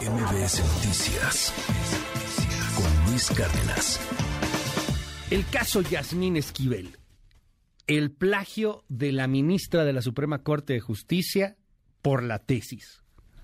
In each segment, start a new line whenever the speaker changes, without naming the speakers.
MBS Noticias con Luis Cárdenas.
El caso Yasmín Esquivel, el plagio de la ministra de la Suprema Corte de Justicia por la tesis.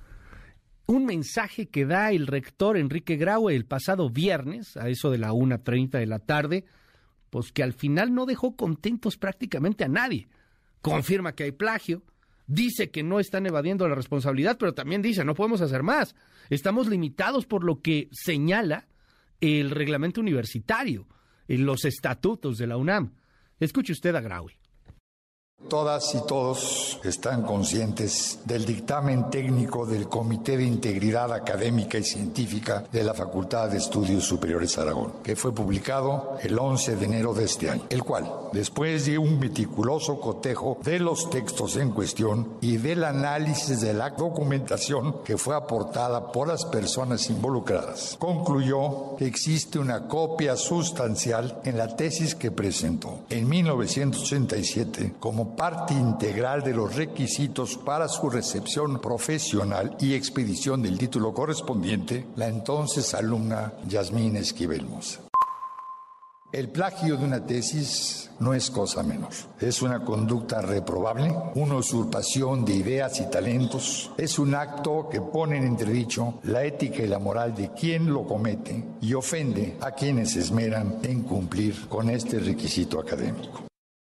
Un mensaje que da el rector Enrique Graue el pasado viernes, a eso de la 1:30 de la tarde, pues que al final no dejó contentos prácticamente a nadie. Confirma que hay plagio, dice que no están evadiendo la responsabilidad, pero también dice, no podemos hacer más. Estamos limitados por lo que señala el reglamento universitario, en los estatutos de la UNAM. Escuche usted a Graue.
Todas y todos están conscientes del dictamen técnico del Comité de Integridad Académica y Científica de la Facultad de Estudios Superiores Aragón, que fue publicado el 11 de enero de este año, el cual, después de un meticuloso cotejo de los textos en cuestión y del análisis de la documentación que fue aportada por las personas involucradas, concluyó que existe una copia sustancial en la tesis que presentó en 1987 como parte integral de los requisitos para su recepción profesional y expedición del título correspondiente, la entonces alumna Yasmín Esquivel Moza. El plagio de una tesis no es cosa menor. Es una conducta reprobable, una usurpación de ideas y talentos. Es un acto que pone en entredicho la ética y la moral de quien lo comete y ofende a quienes se esmeran en cumplir con este requisito académico.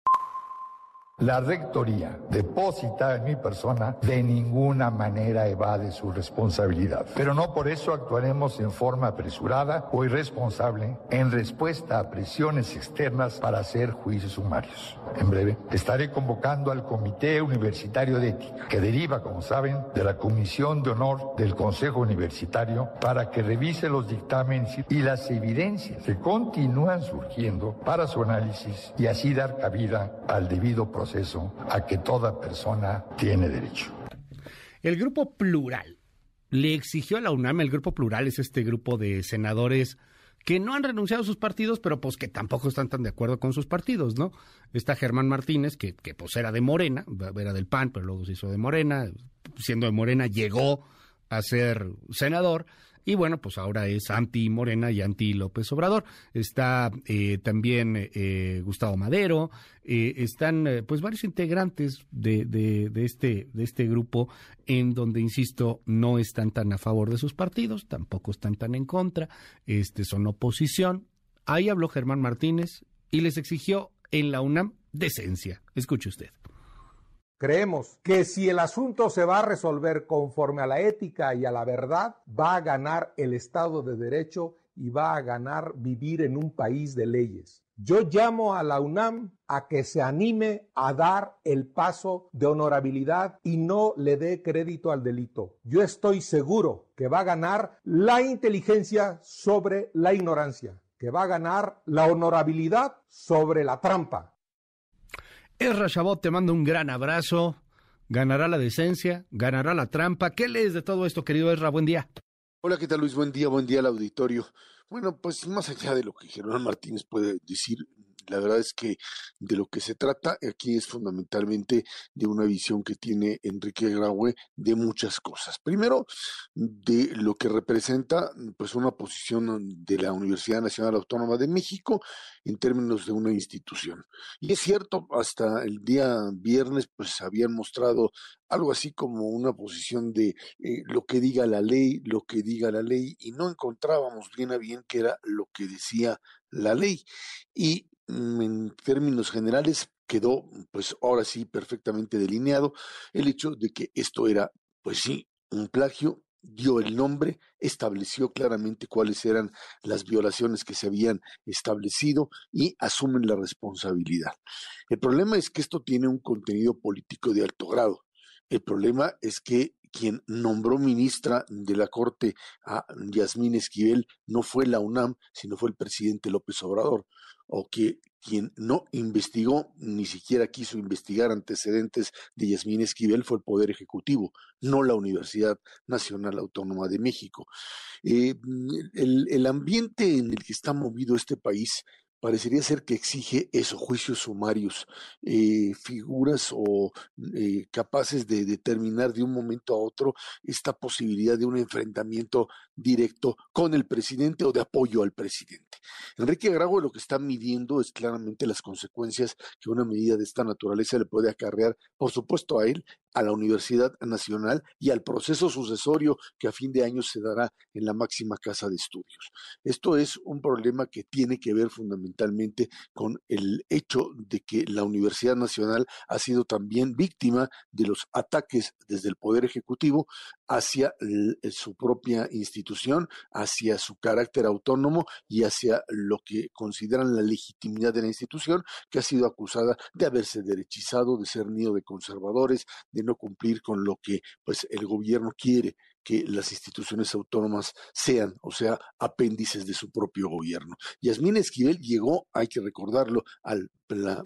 La rectoría, depositada en mi persona, de ninguna manera evade su responsabilidad. Pero no por eso actuaremos en forma apresurada o irresponsable en respuesta a presiones externas para hacer juicios sumarios. En breve, estaré convocando al Comité Universitario de Ética, que deriva, como saben, de la Comisión de Honor del Consejo Universitario, para que revise los dictámenes y las evidencias que continúan surgiendo para su análisis y así dar cabida al debido proceso a que toda persona tiene derecho.
El Grupo Plural le exigió a la UNAM, el Grupo Plural es este grupo de senadores que no han renunciado a sus partidos, pero pues que tampoco están tan de acuerdo con sus partidos, ¿no? Está Germán Martínez, que pues era de Morena, era del PAN, pero luego se hizo de Morena, siendo de Morena llegó a ser senador, y bueno, pues ahora es anti-Morena y anti-López Obrador. Está también Gustavo Madero, están pues varios integrantes de este grupo, en donde, insisto, no están tan a favor de sus partidos, tampoco están tan en contra, son oposición. Ahí habló Germán Martínez y les exigió en la UNAM decencia. Escuche usted.
Creemos que si el asunto se va a resolver conforme a la ética y a la verdad, va a ganar el Estado de Derecho y va a ganar vivir en un país de leyes. Yo llamo a la UNAM a que se anime a dar el paso de honorabilidad y no le dé crédito al delito. Yo estoy seguro que va a ganar la inteligencia sobre la ignorancia, que va a ganar la honorabilidad sobre la trampa.
Ezra Chabot, te mando un gran abrazo. ¿Ganará la decencia? ¿Ganará la trampa? ¿Qué lees de todo esto, querido Ezra? Buen día.
Hola, ¿qué tal, Luis? Buen día al auditorio. Bueno, pues más allá de lo que Germán Martínez puede decir, la verdad es que de lo que se trata aquí es fundamentalmente de una visión que tiene Enrique Graue de muchas cosas. Primero, de lo que representa pues una posición de la Universidad Nacional Autónoma de México en términos de una institución. Y es cierto, hasta el día viernes pues habían mostrado algo así como una posición de lo que diga la ley, y no encontrábamos bien a bien qué era lo que decía la ley. Y en términos generales quedó pues ahora sí perfectamente delineado el hecho de que esto era pues sí un plagio, dio el nombre, estableció claramente cuáles eran las violaciones que se habían establecido y asumen la responsabilidad. El problema es que esto tiene un contenido político de alto grado. El problema es que quien nombró ministra de la Corte a Yasmín Esquivel no fue la UNAM, sino fue el presidente López Obrador, o que quien no investigó, ni siquiera quiso investigar antecedentes de Yasmín Esquivel fue el Poder Ejecutivo, no la Universidad Nacional Autónoma de México. El ambiente en el que está movido este país parecería ser que exige eso, juicios sumarios, figuras o capaces de determinar de un momento a otro esta posibilidad de un enfrentamiento directo con el presidente o de apoyo al presidente. Enrique Graue lo que está midiendo es claramente las consecuencias que una medida de esta naturaleza le puede acarrear, por supuesto a él, a la Universidad Nacional y al proceso sucesorio que a fin de año se dará en la máxima casa de estudios. Esto es un problema que tiene que ver fundamentalmente con el hecho de que la Universidad Nacional ha sido también víctima de los ataques desde el Poder Ejecutivo hacia su propia institución, hacia su carácter autónomo y hacia lo que consideran la legitimidad de la institución, que ha sido acusada de haberse derechizado, de ser nido de conservadores, de no cumplir con lo que pues el gobierno quiere que las instituciones autónomas sean, o sea, apéndices de su propio gobierno. Yasmín Esquivel llegó, hay que recordarlo, a la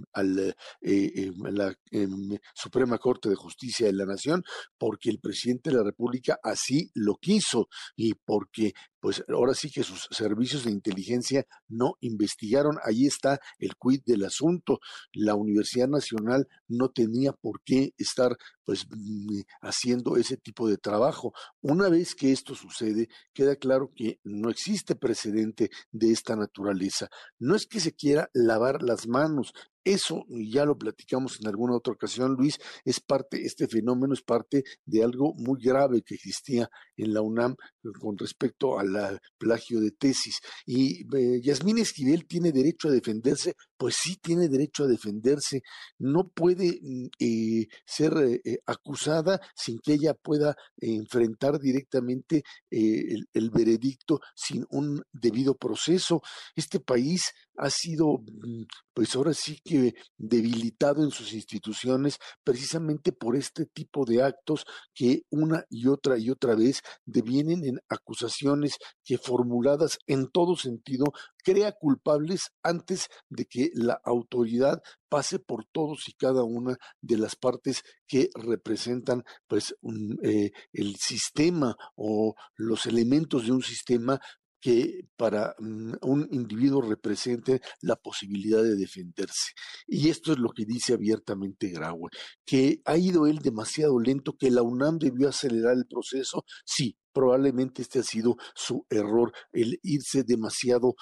Suprema Corte de Justicia de la Nación porque el presidente de la República así lo quiso y porque pues ahora sí que sus servicios de inteligencia no investigaron. Ahí está el quid del asunto. La Universidad Nacional no tenía por qué estar pues haciendo ese tipo de trabajo. Una vez que esto sucede, queda claro que no existe precedente de esta naturaleza. No es que se quiera lavar las manos, eso, y ya lo platicamos en alguna otra ocasión, Luis, este fenómeno es parte de algo muy grave que existía en la UNAM con respecto al plagio de tesis. Y Yasmín Esquivel tiene derecho a defenderse, pues sí tiene derecho a defenderse, no puede ser acusada sin que ella pueda enfrentar directamente el veredicto sin un debido proceso. Este país ha sido, pues ahora sí que debilitado en sus instituciones precisamente por este tipo de actos que una y otra vez devienen en acusaciones que formuladas en todo sentido crea culpables antes de que la autoridad pase por todos y cada una de las partes que representan pues el sistema o los elementos de un sistema que para un individuo represente la posibilidad de defenderse. Y esto es lo que dice abiertamente Graue, que ha ido él demasiado lento, que la UNAM debió acelerar el proceso. Sí, probablemente este ha sido su error, el irse demasiado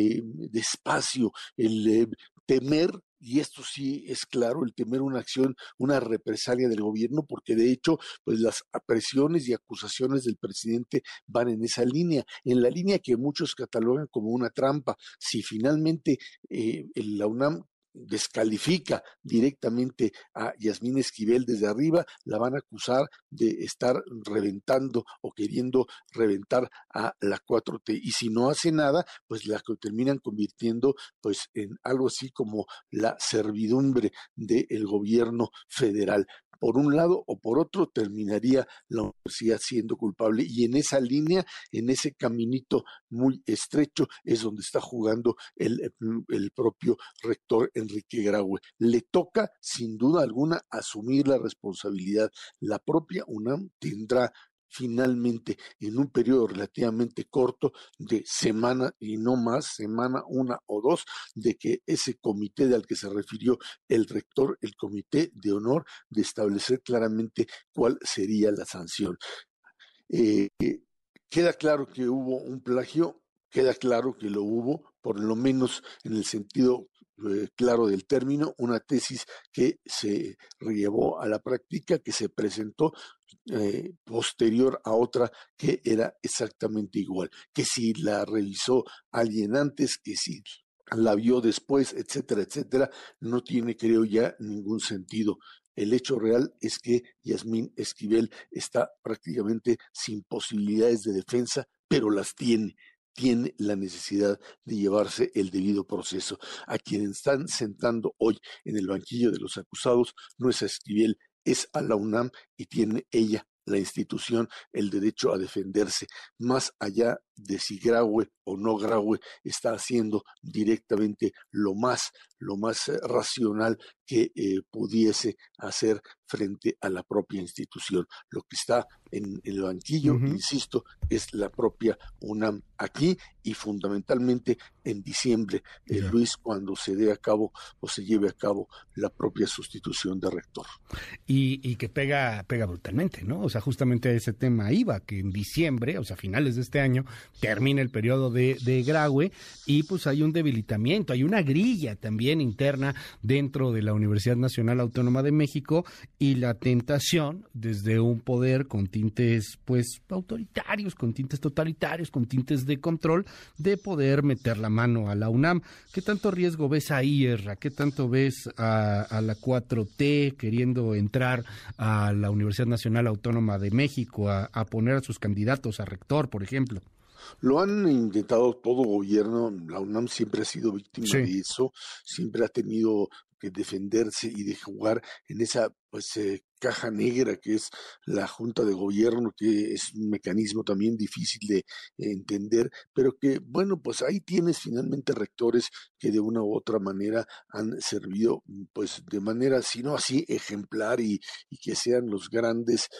despacio, el temer, y esto sí es claro, el temer una acción, una represalia del gobierno, porque de hecho, pues las presiones y acusaciones del presidente van en esa línea, en la línea que muchos catalogan como una trampa. Si finalmente la UNAM descalifica directamente a Yasmín Esquivel desde arriba, la van a acusar de estar reventando o queriendo reventar a la 4T, y si no hace nada, pues la terminan convirtiendo pues en algo así como la servidumbre del gobierno federal. Por un lado o por otro terminaría la universidad siendo culpable, y en esa línea, en ese caminito muy estrecho es donde está jugando el propio rector Enrique Graue. Le toca sin duda alguna asumir la responsabilidad. La propia UNAM tendrá finalmente en un periodo relativamente corto de semana y no más, semana una o dos, de que ese comité al que se refirió el rector, el comité de honor, de establecer claramente cuál sería la sanción. Queda claro que hubo un plagio, queda claro que lo hubo, por lo menos en el sentido claro del término, una tesis que se llevó a la práctica, que se presentó posterior a otra que era exactamente igual, que si la revisó alguien antes, que si la vio después, etcétera, etcétera, no tiene, creo ya, ningún sentido. El hecho real es que Yasmín Esquivel está prácticamente sin posibilidades de defensa, pero las tiene la necesidad de llevarse el debido proceso. A quienes están sentando hoy en el banquillo de los acusados no es a Esquivel, es a la UNAM, y tiene ella, la institución, el derecho a defenderse, más allá de si Graue o no Graue está haciendo directamente lo más racional que pudiese hacer frente a la propia institución. Lo que está en el banquillo, insisto, es la propia UNAM aquí, y fundamentalmente en diciembre,
Ya.
Luis, cuando se dé a cabo o se lleve a cabo la propia sustitución de rector.
Y que pega brutalmente, ¿no? O sea, justamente a ese tema iba, que en diciembre, o sea, finales de este año, termina el periodo de Graue y pues hay un debilitamiento, hay una grilla también interna dentro de la Universidad Nacional Autónoma de México y la tentación desde un poder con tintes pues autoritarios, con tintes totalitarios, con tintes de control, de poder meter la mano a la UNAM. ¿Qué tanto riesgo ves ahí, Erra? ¿Qué tanto ves a la 4T queriendo entrar a la Universidad Nacional Autónoma de México a poner a sus candidatos a rector, por ejemplo?
Lo han intentado todo gobierno, la UNAM siempre ha sido víctima
Sí.
de eso, siempre ha tenido que defenderse y de jugar en esa caja negra que es la Junta de Gobierno, que es un mecanismo también difícil de entender, pero que, bueno, pues ahí tienes finalmente rectores que de una u otra manera han servido, pues de manera, si no así, ejemplar y que sean los grandes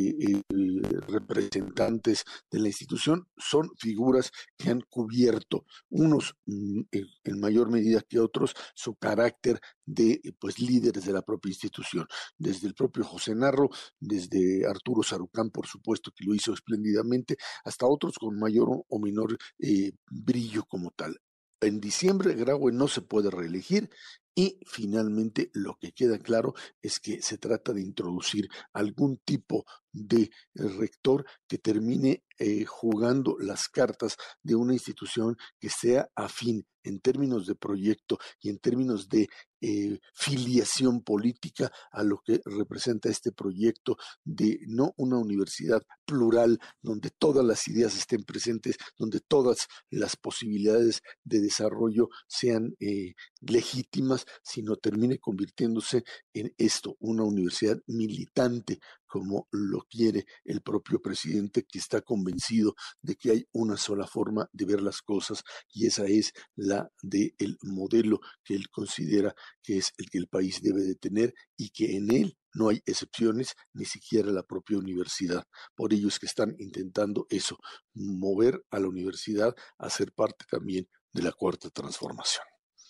representantes de la institución. Son figuras que han cubierto, unos en mayor medida que otros, su carácter de pues líderes de la propia institución, desde el propio José Narro, desde Arturo Sarucán, por supuesto, que lo hizo espléndidamente, hasta otros con mayor o menor brillo como tal. En diciembre Graue no se puede reelegir y finalmente lo que queda claro es que se trata de introducir algún tipo de rector que termine jugando las cartas de una institución que sea afín en términos de proyecto y en términos de filiación política a lo que representa este proyecto de no una universidad plural donde todas las ideas estén presentes, donde todas las posibilidades de desarrollo sean legítimas, sino termine convirtiéndose en esto, una universidad militante, como lo quiere el propio presidente, que está convencido de que hay una sola forma de ver las cosas y esa es la del modelo que él considera que es el que el país debe de tener y que en él no hay excepciones, ni siquiera la propia universidad. Por ello es que están intentando eso, mover a la universidad a ser parte también de la cuarta transformación.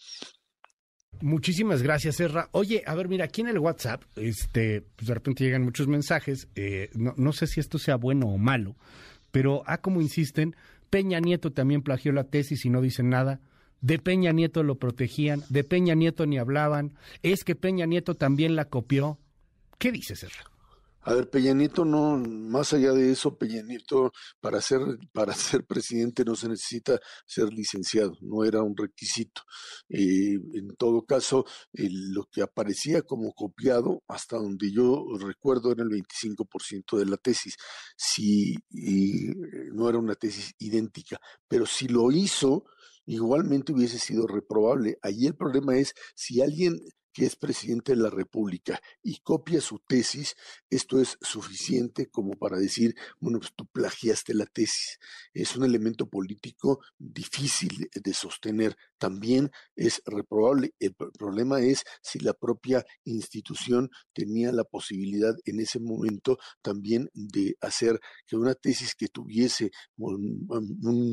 Muchísimas gracias, Erra. Oye, a ver, mira, aquí en el WhatsApp, pues de repente llegan muchos mensajes, no sé si esto sea bueno o malo, pero como insisten, Peña Nieto también plagió la tesis y no dicen nada, de Peña Nieto lo protegían, de Peña Nieto ni hablaban, es que Peña Nieto también la copió. ¿Qué dices, Erra?
A ver, Peña Nieto no, más allá de eso, Peña Nieto para ser presidente no se necesita ser licenciado, no era un requisito. En todo caso, lo que aparecía como copiado, hasta donde yo recuerdo, era el 25% de la tesis. Si no era una tesis idéntica, pero si lo hizo, igualmente hubiese sido reprobable. Allí el problema es si alguien que es presidente de la República y copia su tesis, esto es suficiente como para decir, bueno, pues tú plagiaste la tesis. Es un elemento político difícil de sostener. También es reprobable. El problema es si la propia institución tenía la posibilidad en ese momento también de hacer que una tesis que tuviese un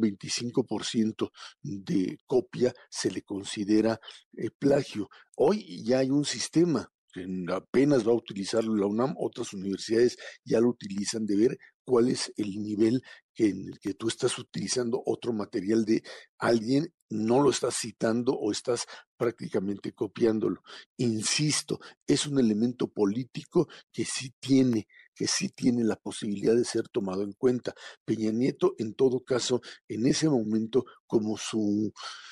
25% de copia se le considera plagio. Hoy ya hay un sistema que apenas va a utilizarlo la UNAM, otras universidades ya lo utilizan, de ver cuál es el nivel en el que tú estás utilizando otro material de alguien, no lo estás citando o estás prácticamente copiándolo. Insisto, es un elemento político que sí tiene la posibilidad de ser tomado en cuenta. Peña Nieto, en todo caso, en ese momento, como su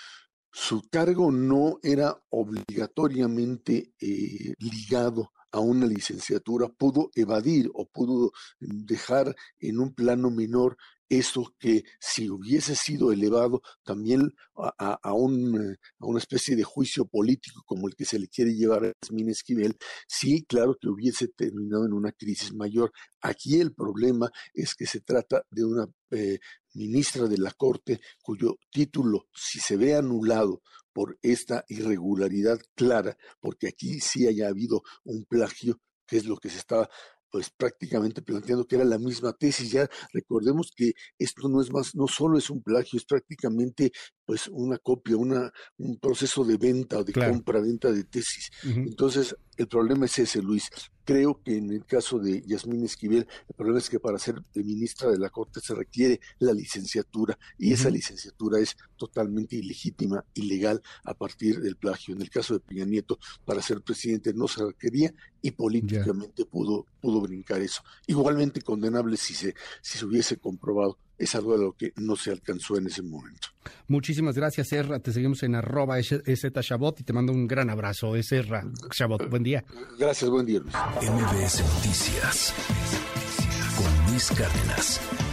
cargo no era obligatoriamente ligado a una licenciatura, pudo evadir o pudo dejar en un plano menor eso que si hubiese sido elevado también a una especie de juicio político como el que se le quiere llevar a Yasmín Esquivel, sí, claro que hubiese terminado en una crisis mayor. Aquí el problema es que se trata de una ministra de la Corte cuyo título, si se ve anulado por esta irregularidad clara, porque aquí sí haya habido un plagio, que es lo que se estaba pues prácticamente planteando, que era la misma tesis. Ya recordemos que esto no es más, no solo es un plagio, es prácticamente pues una copia, un proceso de venta o de compra-venta de tesis. Entonces, el problema es ese, Luis. Creo que en el caso de Yasmín Esquivel, el problema es que para ser ministra de la Corte se requiere la licenciatura, y esa licenciatura es totalmente ilegítima, ilegal, a partir del plagio. En el caso de Peña Nieto, para ser presidente no se requería, y políticamente pudo brincar eso. Igualmente condenable si se hubiese comprobado. Es algo de lo que no se alcanzó en ese momento.
Muchísimas gracias, Ezra. Te seguimos en @EZ Chabot y te mando un gran abrazo. Es Ezra Chabot. Buen día.
Gracias, buen día, Luis.
MBS Noticias con Luis Cárdenas.